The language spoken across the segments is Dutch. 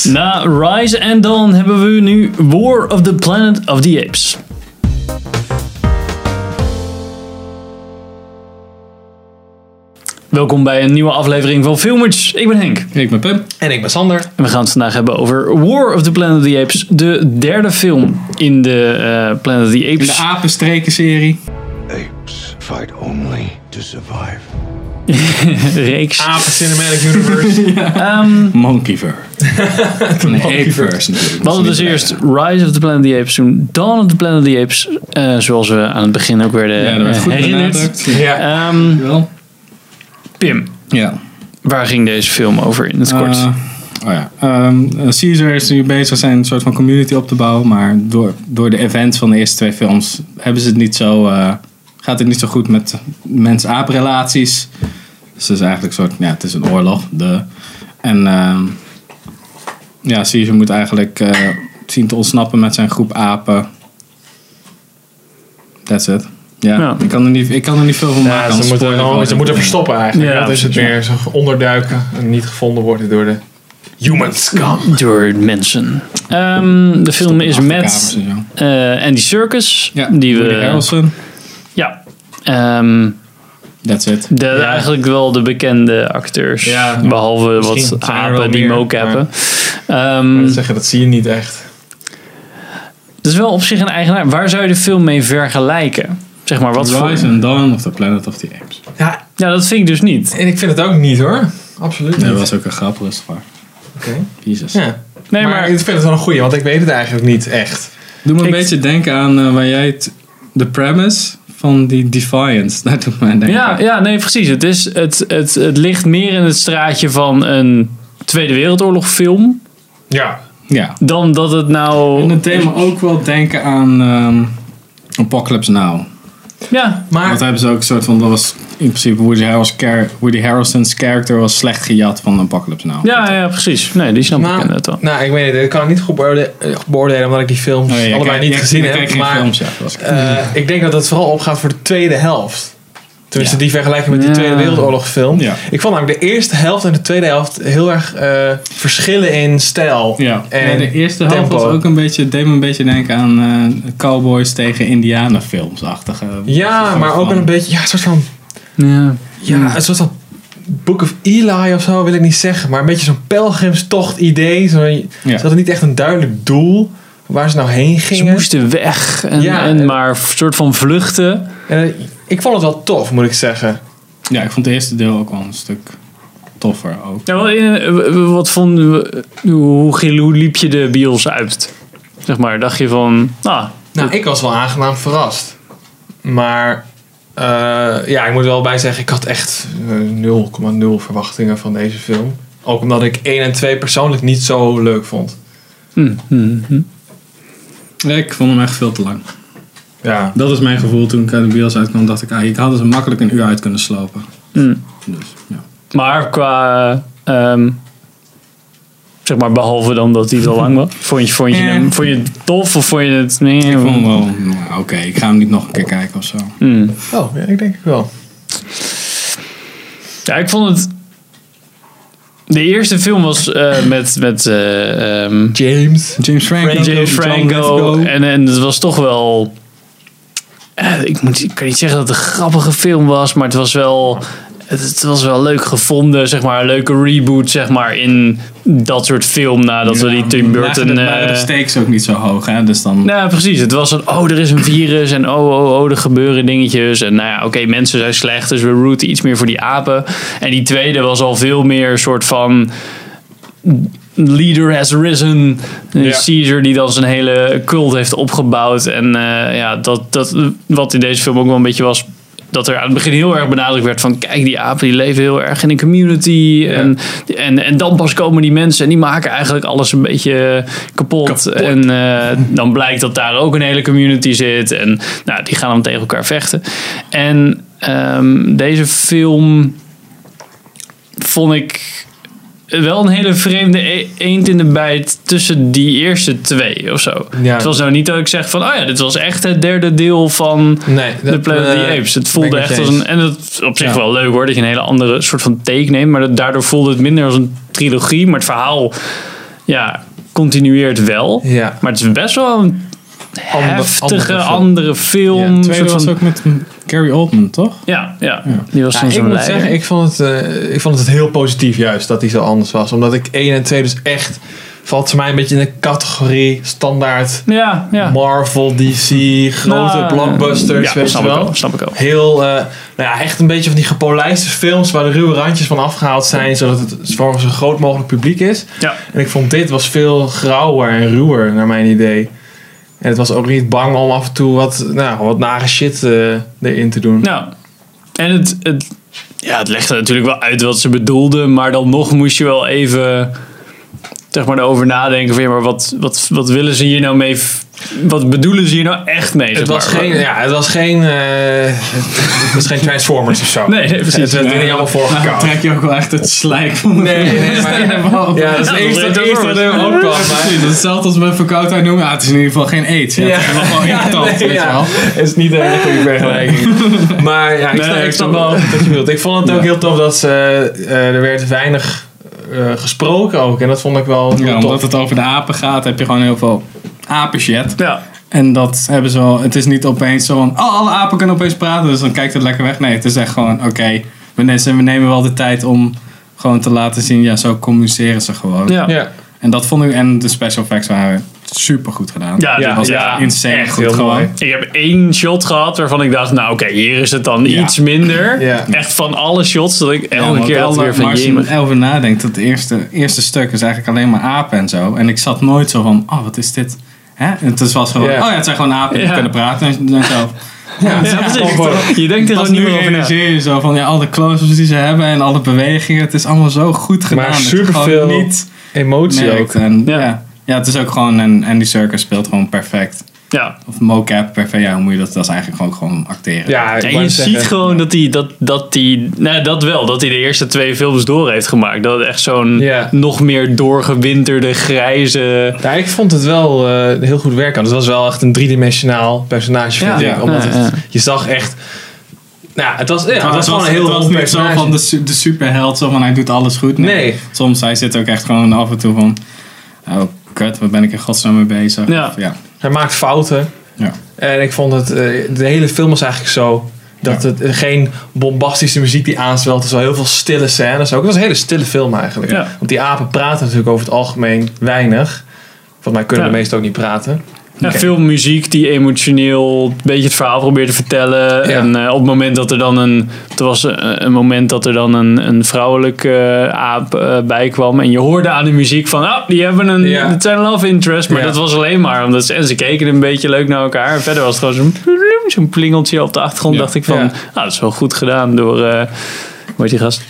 Na Rise and Dawn hebben we nu War of the Planet of the Apes. Welkom bij een nieuwe aflevering van Filmers. Ik ben Henk. Ik ben Pim. En ik ben Sander. En we gaan het vandaag hebben over War of the Planet of the Apes. De derde film in de Planet of the Apes. In de apenstreken-serie. Apes fight only to survive. Reeks. Apen Cinematic Universe. Monkeyverse. Nee, Apeverse natuurlijk. We hadden dus eerst Rise of the Planet of the Apes, toen Dawn of the Planet of the Apes. Zoals we aan het begin ook werden dat werd goed herinnerd. benadrukt. Ja. Wel. Pim, Ja. waar ging deze film over in het kort? Caesar is nu bezig zijn soort van community op te bouwen. Maar door de events van de eerste twee films hebben ze het niet zo, gaat het niet zo goed met mens-aap-relaties. Dus het is eigenlijk een soort, het is een oorlog. En Caesar moet eigenlijk zien te ontsnappen met zijn groep apen. That's it. Ja. Ik kan er niet veel van maken. Ze moeten verstoppen eigenlijk. Ja, dat is het meer. Zo onderduiken en niet gevonden worden door de human scum. Door mensen. De film is met Andy Serkis. Ja, die Woody Harrelson. Ja. That's it. Eigenlijk wel de bekende acteurs. Ja. Behalve wat apen die mocappen. Dat zie je niet echt. Dat is wel op zich een eigenaar. Waar zou je de film mee vergelijken? Zeg maar, wat voor... Rise and Dawn of the Planet of the Apes. Ja, dat vind ik dus niet. en ik vind het ook niet hoor. Absoluut niet. Dat was ook een grap, rustig maar. Oké. Jezus. Ja. Nee, maar maar ik vind het wel een goeie, want ik weet het eigenlijk niet echt. Doe me een beetje denken aan waar jij de premise van die Defiance. Daar doet me aan denken. Ja, nee, precies. Het ligt meer in het straatje van een Tweede Wereldoorlog film. Ja. Dan dat het nou... En het deed me ook wel denken aan Apocalypse Now. Ja. Maar Dat hebben ze ook een soort van... Dat was in principe Woody Harrelson's character was slecht gejat van Apocalypse Now. Ja, precies. Nee, die snap ik inderdaad wel. Nou, ik weet niet. Ik kan het niet goed beoordelen omdat ik die films allebei niet gezien heb. Maar films, ik denk dat het vooral opgaat voor de tweede helft. Tenminste, die vergelijking met die Tweede Wereldoorlog film. Ja. Ik vond namelijk de eerste helft en de tweede helft heel erg verschillen in stijl. Ja. En de eerste helft tempo. was ook deed me een beetje denken aan cowboys tegen indianenfilms-achtige. Ja, maar ook een beetje, een soort van... Ja. Een soort van Book of Eli of zo wil ik niet zeggen. Maar een beetje zo'n pelgrimstocht idee. Ze hadden niet echt een duidelijk doel waar ze nou heen gingen. Ze moesten weg en maar een soort van vluchten. En, ik vond het wel tof, moet ik zeggen. Ja, ik vond het eerste deel ook wel een stuk toffer ook. Ja, hoe liep je de bios uit? Zeg maar, dacht je van... Ik was wel aangenaam verrast. Maar ik moet er wel bij zeggen, ik had echt 0,0 verwachtingen van deze film. Ook omdat ik 1 en 2 persoonlijk niet zo leuk vond. Ik vond hem echt veel te lang. Ja. Dat is mijn gevoel toen ik uit de bios uitkwam. Dacht ik hadden ze makkelijk een uur uit kunnen slopen. Dus, ja. Maar qua... zeg maar, behalve dan dat hij zo lang was. Vond je het tof of vond je het... Nee, ik vond hem wel... Oké, ik ga hem niet nog een keer kijken of zo. Oh, ja, ik denk het wel. Ja, ik vond het... De eerste film was met James Franco. En het was toch wel... ik kan niet zeggen dat het een grappige film was, maar het was wel leuk gevonden, zeg maar, een leuke reboot, zeg maar, in dat soort film nadat we die Tim Burton... waren de stakes ook niet zo hoog, hè? Dus dan... Ja, precies. Het was er is een virus en er gebeuren dingetjes en mensen zijn slecht, dus we rooten iets meer voor die apen. En die tweede was al veel meer een soort van... Leader has risen. Caesar die dan zijn hele cult heeft opgebouwd. En dat wat in deze film ook wel een beetje was... dat er aan het begin heel erg benadrukt werd van... kijk, die apen die leven heel erg in een community. Ja. En dan pas komen die mensen... en die maken eigenlijk alles een beetje kapot. En dan blijkt dat daar ook een hele community zit. En die gaan dan tegen elkaar vechten. En deze film... vond ik... wel een hele vreemde eend in de bijt tussen die eerste twee of zo. Ja. Het was nou niet dat ik zeg van... dit was echt het derde deel van The Planet of the Apes. Het voelde echt als een... En dat is op zich wel leuk hoor, dat je een hele andere soort van take neemt. Maar daardoor voelde het minder als een trilogie. Maar het verhaal continueert wel. Ja. Maar het is best wel een heftige, andere film. Ja, het tweede was ook met Gary Oldman, toch? Ja. Die was Ik moet zeggen, ik vond het heel positief juist dat hij zo anders was. Omdat ik 1 en 2 dus echt... valt voor mij een beetje in de categorie standaard Marvel, DC, grote blockbusters, weet je wel. Snap ik ook. Heel, echt een beetje van die gepolijste films waar de ruwe randjes van afgehaald zijn, zodat het voor zo'n groot mogelijk publiek is. Ja. En ik vond dit was veel grauwer en ruwer, naar mijn idee. En het was ook niet bang om af en toe wat nare shit erin te doen. Nou, en het legde natuurlijk wel uit wat ze bedoelden, maar dan nog moest je wel even... zeg maar erover nadenken van maar wat willen ze hier nou mee? Wat bedoelen ze hier nou echt mee? Het was geen Transformers of zo. Nee, precies. Het werd niet allemaal voorgekomen. Dan trek je ook wel echt het slijk van de maar ja, dat is het eerste wat er ook kwam. Dat is hetzelfde als we verkoudheid noemen. Het is in ieder geval geen aids. Het is wel gewoon irritant, weet je wel. Het is niet een hele goede vergelijking. Maar ja, ik snap wel wat je bedoelt. Ik vond het ook heel tof dat er werd weinig gesproken ook. En dat vond ik wel tof. Omdat het over de apen gaat, heb je gewoon heel veel apenshit. Ja. En dat hebben ze wel. Het is niet opeens zo van, alle apen kunnen opeens praten, dus dan kijkt het lekker weg. Nee, het is echt gewoon, oké, we nemen wel de tijd om gewoon te laten zien, zo communiceren ze gewoon. Ja. En dat vond ik, en de special effects waren super goed gedaan. Ja, was echt insane echt goed heel gewoon. mooi. Ik heb 1 shot gehad waarvan ik dacht, hier is het dan iets minder. Ja. Echt van alle shots dat ik elke want keer had weer van als je erover nadenkt, dat eerste stuk is eigenlijk alleen maar apen en zo. En ik zat nooit zo van, wat is dit? Hè? En het was gewoon, het zijn gewoon apen die kunnen praten en zo. Je denkt er Pas gewoon niet nu meer over na. realiseer je zo van, al de close-ups die ze hebben en alle bewegingen, het is allemaal zo goed gedaan. Maar dat je super gewoon veel niet emotie merkt. ook. En, ja, het is ook gewoon, en Andy Serkis speelt gewoon perfect. Ja. Of mocap perfect, hoe moet je dat is eigenlijk gewoon acteren. Ja, En je ziet gewoon dat hij de eerste 2 films door heeft gemaakt. Dat het echt zo'n nog meer doorgewinterde, grijze... Ja, ik vond het wel heel goed werken. Het was wel echt een 3-dimensionaal personage, vind ik. Omdat je zag echt... het was gewoon een heel rond personage. Zo van de superheld, zo van hij doet alles goed. Nee. Soms hij zit ook echt gewoon af en toe van... Oh, kut, waar ben ik in godsnaam mee bezig? Ja. Hij maakt fouten. Ja. En ik vond het... de hele film was eigenlijk zo... Dat het geen bombastische muziek die aanswelt. Er was heel veel stille scènes ook. Het was een hele stille film eigenlijk. Ja. Want die apen praten natuurlijk over het algemeen weinig. Volgens mij kunnen de meesten ook niet praten. Ja, veel muziek die emotioneel een beetje het verhaal probeert te vertellen. Ja. En op het moment dat er dan een vrouwelijke aap bij kwam. En je hoorde aan de muziek van, die hebben het zijn love interest. Maar dat was alleen maar omdat ze keken een beetje leuk naar elkaar. En verder was het gewoon zo'n plingeltje op de achtergrond. Dacht ik van, dat is wel goed gedaan door, hoe heet die gast?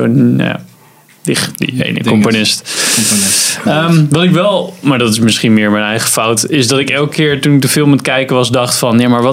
Die ene componist. Wat ik wel, maar dat is misschien meer mijn eigen fout, is dat ik elke keer toen ik de film aan het kijken was, dacht van, maar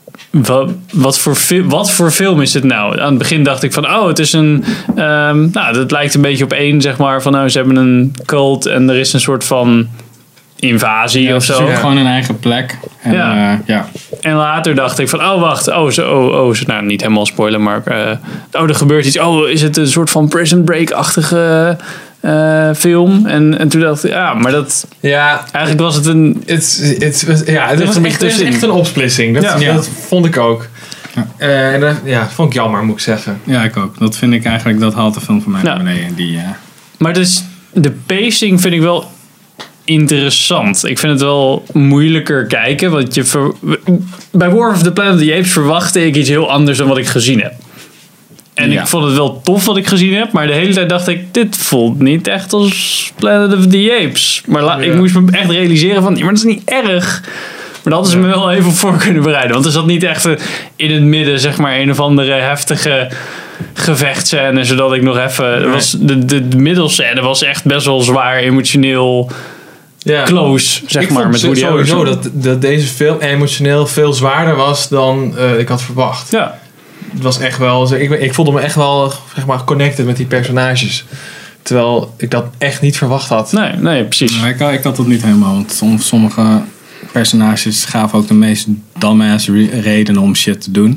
wat voor film is dit nou? Aan het begin dacht ik van, het is een, dat lijkt een beetje op één, zeg maar, van, ze hebben een cult en er is een soort van invasie of zo. Ze zoeken gewoon een eigen plek. En, En later dacht ik van, wacht, nou niet helemaal spoiler, maar er gebeurt iets. Is het een soort van Prison Break-achtige film? En toen dacht ik, maar dat... Ja. Eigenlijk was het een... Het was echt een opsplitsing. Dat vond ik ook. En dat vond ik jammer, moet ik zeggen. Ja, ik ook. Dat vind ik eigenlijk, dat haalt de film voor mij naar beneden. Maar dus de pacing vind ik wel interessant. Ik vind het wel moeilijker kijken, want bij War of the Planet of the Apes verwachtte ik iets heel anders dan wat ik gezien heb. En ik vond het wel tof wat ik gezien heb, maar de hele tijd dacht ik, dit voelt niet echt als Planet of the Apes. Maar ik moest me echt realiseren van, maar dat is niet erg. Maar dat hadden ze me wel even voor kunnen bereiden. Want er zat niet echt in het midden, zeg maar, een of andere heftige gevechtscène, zodat ik nog even... De middelscène was echt best wel zwaar emotioneel close, zeg maar. Met Woody sowieso dat deze film emotioneel veel zwaarder was dan ik had verwacht. Ja. Het was echt wel... Ik voelde me echt wel, zeg maar, connected met die personages. Terwijl ik dat echt niet verwacht had. Nee, precies. Maar ik had dat niet helemaal. Want sommige personages gaven ook de meest dumbass redenen om shit te doen.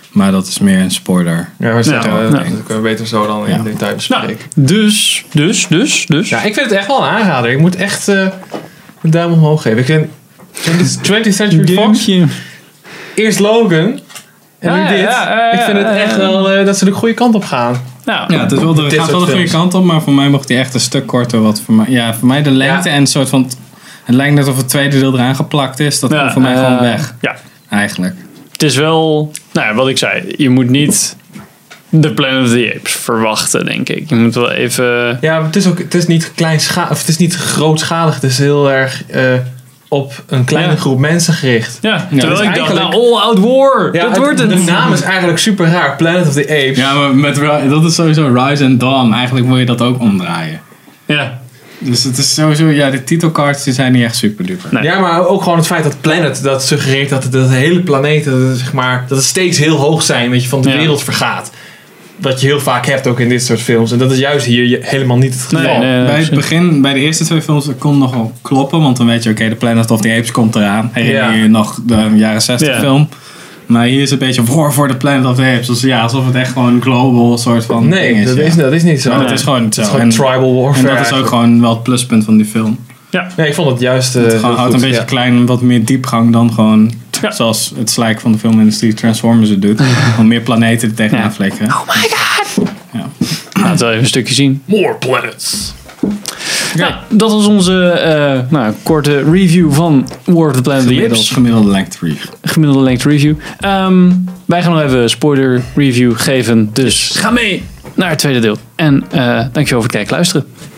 Maar dat is meer een spoiler. Ja, maar Ja. dat kunnen we beter zo dan in detail bespreken. Dus. Ja, ik vind het echt wel een aanrader. Ik moet echt een duim omhoog geven. Ik vind 20th Century Fox, eerst Logan en nu dit. Ik vind het echt wel dat ze de goede kant op gaan. Nou, Ja, het is wel Dit gaat wel soort de goede films. kant op, maar voor mij mocht hij echt een stuk korter. Wat voor mij de lengte en een soort van... Het lijkt net of het tweede deel eraan geplakt is. Dat komt voor mij gewoon weg. Ja. Eigenlijk. Het is wel, nou ja, wat ik zei, je moet niet The Planet of the Apes verwachten, denk ik. Je moet wel even... Ja, maar het is niet of het is niet grootschalig. Het is heel erg op een kleine groep mensen gericht. Ja, dus terwijl ik dacht, eigenlijk- All Out War, Ja, dat wordt het. De naam is eigenlijk super raar. Planet of the Apes. Ja, maar dat is sowieso Rise and Dawn. Eigenlijk wil je dat ook omdraaien. Ja, Dus het is sowieso... Ja, de titelcards die zijn niet echt super duper. Nee. Ja, maar ook gewoon het feit dat Planet, dat suggereert dat de hele planeet, zeg maar, dat het steeds heel hoog zijn, weet je, van de Ja. wereld vergaat. Wat je heel vaak hebt ook in dit soort films. En dat is juist hier helemaal niet het geval. Nee. Bij het begin, bij de eerste 2 films, dat kon nog wel kloppen. Want dan weet je, oké, de Planet of the Apes komt eraan. Herinner je je nog de jaren 60 Ja. film? Maar hier is een beetje war voor de Planet of the Apes. Dus ja, alsof het echt gewoon een global soort van Nee, ding is. dat is niet zo. Maar dat is gewoon niet zo. Het is gewoon En- tribal warfare. En dat is ook eigenlijk. gewoon wel het pluspunt van die film. Nee, ik vond het juist. Het heel houdt goed, een beetje ja. klein, wat meer diepgang dan gewoon... Ja. Zoals het slijk van de filmindustrie Transformers het doet. Om meer planeten er tegenaan Ja. flikkeren. Oh my god! Ja. Laten we even een stukje zien. More planets. Nou, dat was onze korte review van War of the Planet of the Apes. Gemiddelde lengte review. Gemiddelde lengte review. Wij gaan nog even een spoiler review geven. Dus ga mee naar het tweede deel. En dankjewel voor het kijken en luisteren.